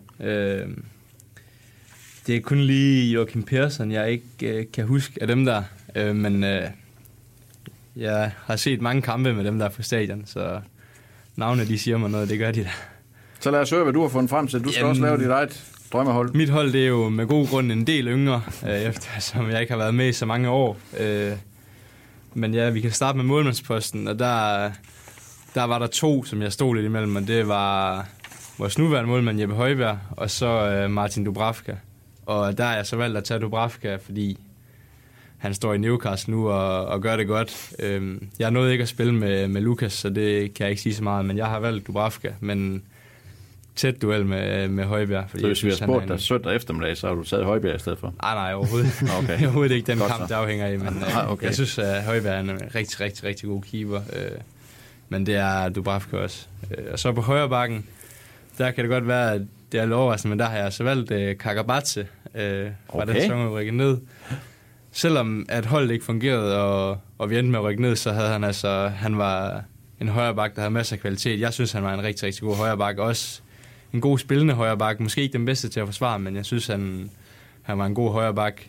Det er kun lige Joachim Persson, jeg ikke kan huske af dem der, men jeg har set mange kampe med dem der på stadion, så navnene de siger mig noget, det gør de da. Så lad os høre, hvad du har fundet frem til. Du skal også lave dit eget drømmehold. Mit hold, det er jo med god grund en del yngre, eftersom jeg ikke har været med i så mange år. Men ja, vi kan starte med målmandsposten, og der var der 2, som jeg stod lidt imellem, og det var vores nuværende målmand Jeppe Højbjerg, og så Martin Dubravka. Og der er jeg så valgt at tage Dubravka, fordi han står i Newcastle nu og gør det godt. Jeg nåede ikke at spille med Lukas, så det kan jeg ikke sige så meget, men jeg har valgt Dubravka, men tæt duel med Højbjerg. Fordi så hvis vi har spurgt dig søndag eftermiddag, så har du taget Højbjerg i stedet for? Nej, overhovedet. Okay. Overhovedet ikke den kamp, der afhænger i, men okay. Jeg synes, at Højbjerg er en rigtig, rigtig, rigtig god keeper. Men det er Dubravka også. Og så på højre bakken, der kan det godt være, at det er lidt overraskende, men der har jeg så valgt Kakabatse fra den sæson at rykke ned. Selvom at holdet ikke fungerede, og vi endte med at rykke ned, så havde han var en højre bak, der havde masser af kvalitet. Jeg synes, han var en rigtig, rigtig god højre bak. Også en god spillende højre bak. Måske ikke den bedste til at forsvare, men jeg synes, han var en god højre bak.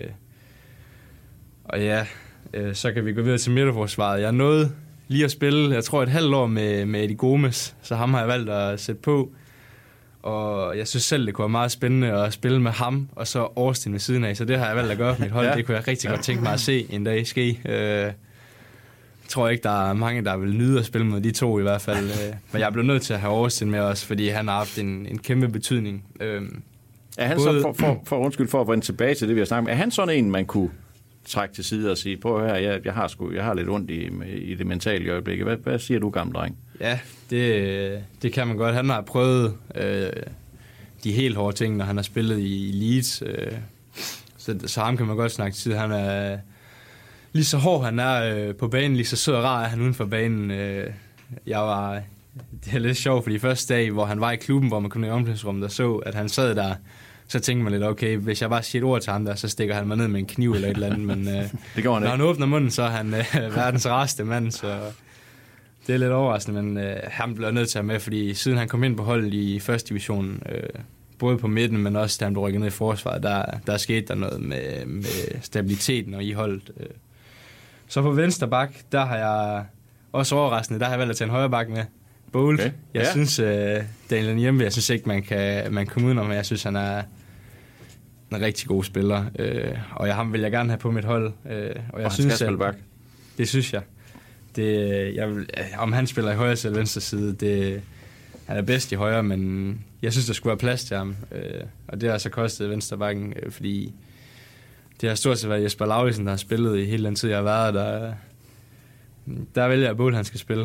Og ja, så kan vi gå videre til midterforsvaret. Jeg nåede lige at spille, jeg tror, et halvt år med Eddie Gomes, så ham har jeg valgt at sætte på. Og jeg synes selv, det kunne være meget spændende at spille med ham, og så Austin ved siden af. Så det har jeg valgt at gøre for mit hold. Det kunne jeg rigtig godt tænke mig at se en dag ske. Jeg tror ikke, der er mange, der vil nyde at spille med de 2 i hvert fald. Men jeg blev nødt til at have Austin med os, fordi han har haft en kæmpe betydning. Er han så, for at vende tilbage til det, vi har snakket om, er han sådan en, man kunne trække til side og sige, prøv her, jeg har lidt ondt i det mentale i øjeblikket. Hvad siger du, gamle dreng? Ja, det kan man godt. Han har prøvet de helt hårde ting, når han har spillet i Leeds. Så ham kan man godt snakke til. Han er lige så hård, han er på banen, lige så sød og rar er han uden for banen. Det er lidt sjovt, fordi første dag, hvor han var i klubben, hvor man kom i omklædningsrummet og så, at han sad der, så tænkte man lidt, okay, hvis jeg bare siger et ord til ham der, så stikker han mig ned med en kniv eller et eller andet. Men det går han når han åbner munden, så er han verdens rareste mand, så det er lidt overraskende, men han blev nødt til at have med, fordi siden han kom ind på holdet i første division, både på midten, men også da han blev rykket ned i forsvaret, der skete der noget med stabiliteten og i holdet. Så på venstre bak, der har jeg også overraskende, der har jeg valgt at tage en højre bak med. Bolt. Okay. Jeg synes, Daniel Njembe, jeg synes ikke, man kan komme udenom, men jeg synes, han er en rigtig god spiller. Og ham vil jeg gerne have på mit hold. Og jeg synes, det synes jeg. Om han spiller i højre eller venstre side, han er bedst i højre, men jeg synes, der skulle være plads til ham. Og det har så kostet venstrebakken, fordi det har stort set været Jesper Lauritsen, der har spillet i hele den tid, jeg har været der vælger jeg, at Bål, han skal spille.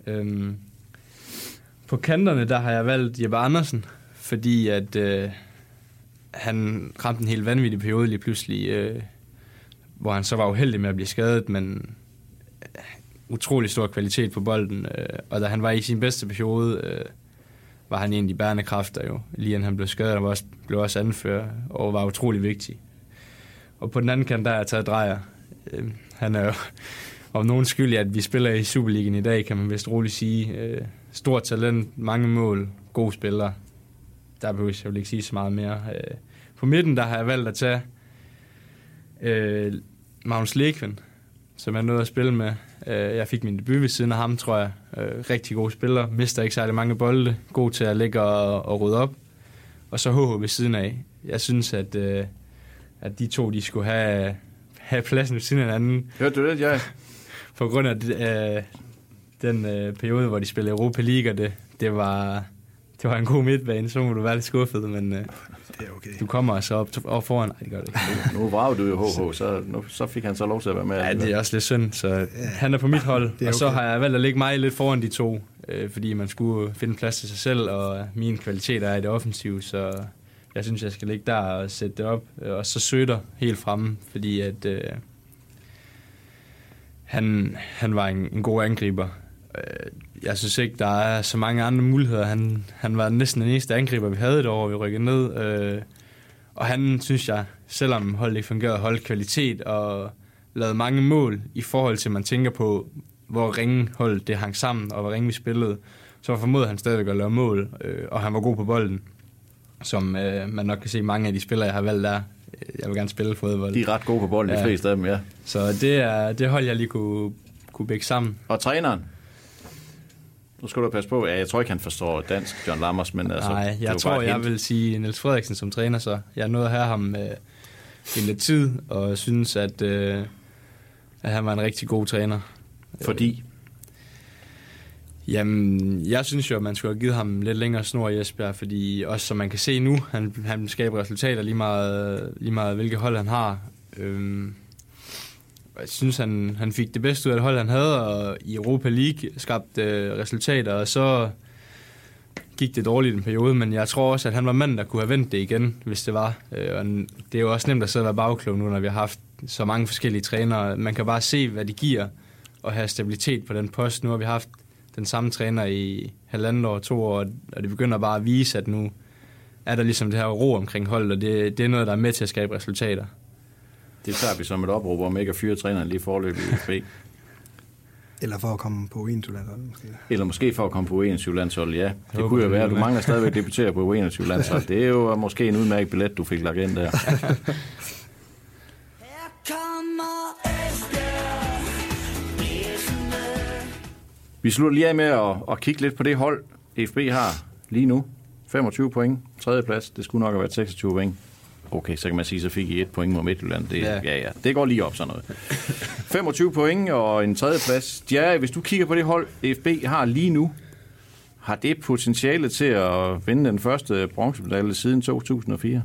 På kanterne, der har jeg valgt Jeppe Andersen, fordi at han ramte en helt vanvittig periode lige pludselig, hvor han så var uheldig med at blive skadet, men utrolig stor kvalitet på bolden, og da han var i sin bedste periode, var han en af de bærende kræfter jo, lige inden han blev skadet, og blev også anfører, og var utrolig vigtig. Og på den anden kant, der har jeg taget Drejer. Han er jo om nogen skyld i, at vi spiller i Superligaen i dag, kan man vist roligt sige. Stort talent, mange mål, gode spillere. Der behøver jeg jo ikke sige så meget mere. På midten, der har jeg valgt at tage Magnus Lekven, som jeg nåede at spille med. Jeg fik min debut ved siden af ham, tror jeg. Rigtig god spiller, mister ikke særlig mange bolde, god til at ligge og rydde op. Og så HH ved siden af. Jeg synes, at de 2, de skulle have pladsen ved siden af hinanden. Hørte du det, ja? På grund af den periode, hvor de spillede Europa League, og det var en god midtbane, så må du være lidt skuffet, men det er okay. Du kommer altså op foran. Nej, det gør det ikke. Nu brager du jo HH, så fik han så lov til at være med. Ja, det er også lidt synd, så han er på mit hold, okay. Og så har jeg valgt at lægge mig lidt foran de 2, fordi man skulle finde plads til sig selv, og mine kvaliteter er i det offensive, så jeg synes, jeg skal ligge der og sætte det op, og så Søder helt fremme, fordi at han var en god angriber. Jeg synes ikke, der er så mange andre muligheder. Han var næsten den eneste angriber, vi havde derovre, vi rykkede ned. Og han, synes jeg, selvom holdet ikke fungerede, holdt kvalitet og lavede mange mål i forhold til, at man tænker på, hvor ringe holdet det hang sammen, og hvor ringe vi spillede, så formåede han stadigvæk at lave mål, og han var god på bolden, som man nok kan se mange af de spillere, jeg har valgt der. Jeg vil gerne spille fodbold. De er ret gode på bolden, de fleste af dem, ja. Så det hold, jeg lige kunne bække sammen. Og træneren? Nu skal du passe på, jeg tror ikke, han forstår dansk, John Lammers, men altså... Nej, jeg tror, jeg vil sige Niels Frederiksen som træner, så jeg nåede at have ham i lidt tid, og synes, at han var en rigtig god træner. Fordi? Jamen, jeg synes jo, at man skulle have givet ham lidt længere snor i Esbjerg, fordi også som man kan se nu, han skaber resultater lige meget hvilke hold han har. Jeg synes, han fik det bedste ud af det hold, han havde, og i Europa League skabte resultater, og så gik det dårligt en periode, men jeg tror også, at han var manden, der kunne have vendt det igen, hvis det var. Og det er jo også nemt at sidde og være bagklog nu, når vi har haft så mange forskellige trænere. Man kan bare se, hvad det giver at have stabilitet på den post. Nu har vi haft den samme træner i 1,5 år, 2 år, og det begynder bare at vise, at nu er der ligesom det her ro omkring holdet, og det er noget, der er med til at skabe resultater. Det tager vi som et opråb om ikke at fyre træneren lige forløb i FB. Eller for at komme på U21-landsholdet, måske. Eller måske for at komme på U21-landsholdet, ja. Det kunne jo være, at du mangler stadigvæk at debutere på U21-landsholdet. Det er jo måske en udmærket billet, du fik lagt ind der. Her kommer Esbjerg, blæsende. Vi slutter lige af med at kigge lidt på det hold, FB har lige nu. 25 point, 3. plads. Det skulle nok have været 26 point. Okay, så kan man sige, så fik I 1 point mod Midtjylland. Ja. Det går lige op sådan noget. 25 point og en 3. plads. Ja, hvis du kigger på det hold, FB har lige nu, har det potentiale til at vinde den første bronzemedalje siden 2004?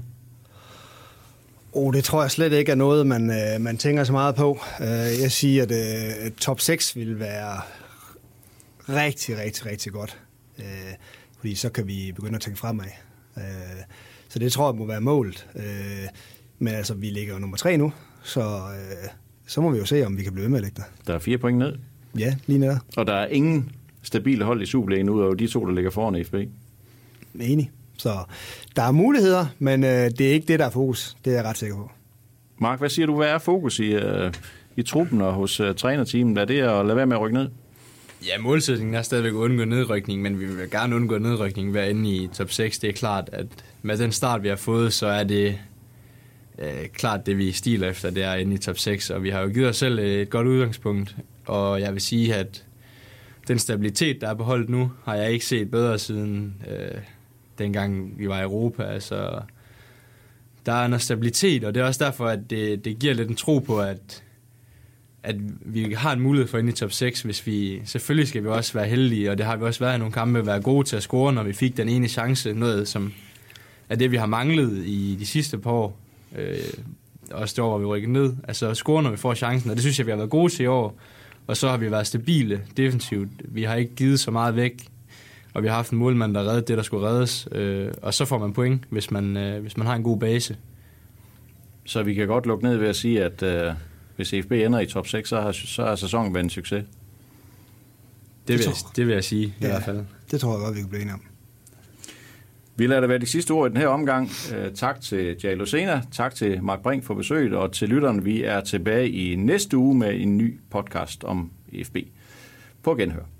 Det tror jeg slet ikke er noget, man tænker så meget på. Jeg siger, at top 6 vil være rigtig, rigtig, rigtig godt. Fordi så kan vi begynde at tænke fremad. Så det tror jeg må være målet. Men altså, vi ligger jo nummer 3 nu, så må vi jo se, om vi kan blive ved med at ligge der. Der er 4 point ned. Ja, lige ned. Og der er ingen stabile hold i Superligaen ud over de 2, der ligger foran FB. Enig. Så der er muligheder, men det er ikke det, der er fokus. Det er jeg ret sikker på. Mark, hvad siger du, hvad er fokus i truppen og hos trænerteamet? Er det at lade være med at rykke ned? Ja, målsætningen er stadigvæk at undgå nedrykning, men vi vil gerne undgå nedrykning ved at ende i top 6. Det er klart, at med den start, vi har fået, så er det klart det, vi stiler efter, det er at ende i top 6. Og vi har jo givet os selv et godt udgangspunkt, og jeg vil sige, at den stabilitet, der er beholdt nu, har jeg ikke set bedre siden dengang vi var i Europa. Altså, der er noget stabilitet, og det er også derfor, at det giver lidt en tro på, at vi har en mulighed for at ind i top 6, hvis vi... Selvfølgelig skal vi også være heldige, og det har vi også været i nogle kampe, være gode til at score, når vi fik den ene chance. Noget, som er det, vi har manglet i de sidste par år. Også det år, hvor vi rykker ned. Altså at score, når vi får chancen, og det synes jeg, vi har været gode til i år. Og så har vi været stabile defensivt. Vi har ikke givet så meget væk, og vi har haft en målmand, der reddede det, der skulle reddes. Og så får man point, hvis man har en god base. Så vi kan godt lukke ned ved at sige, at hvis FB ender i top 6, så har sæsonen været en succes. Det vil jeg sige, i hvert fald. Det tror jeg godt, vi kan blive enige om. Vi lader det være de sidste ord i den her omgang. Tak til Jay Lucena, tak til Mark Brink for besøget, og til lytterne. Vi er tilbage i næste uge med en ny podcast om FB. På genhør.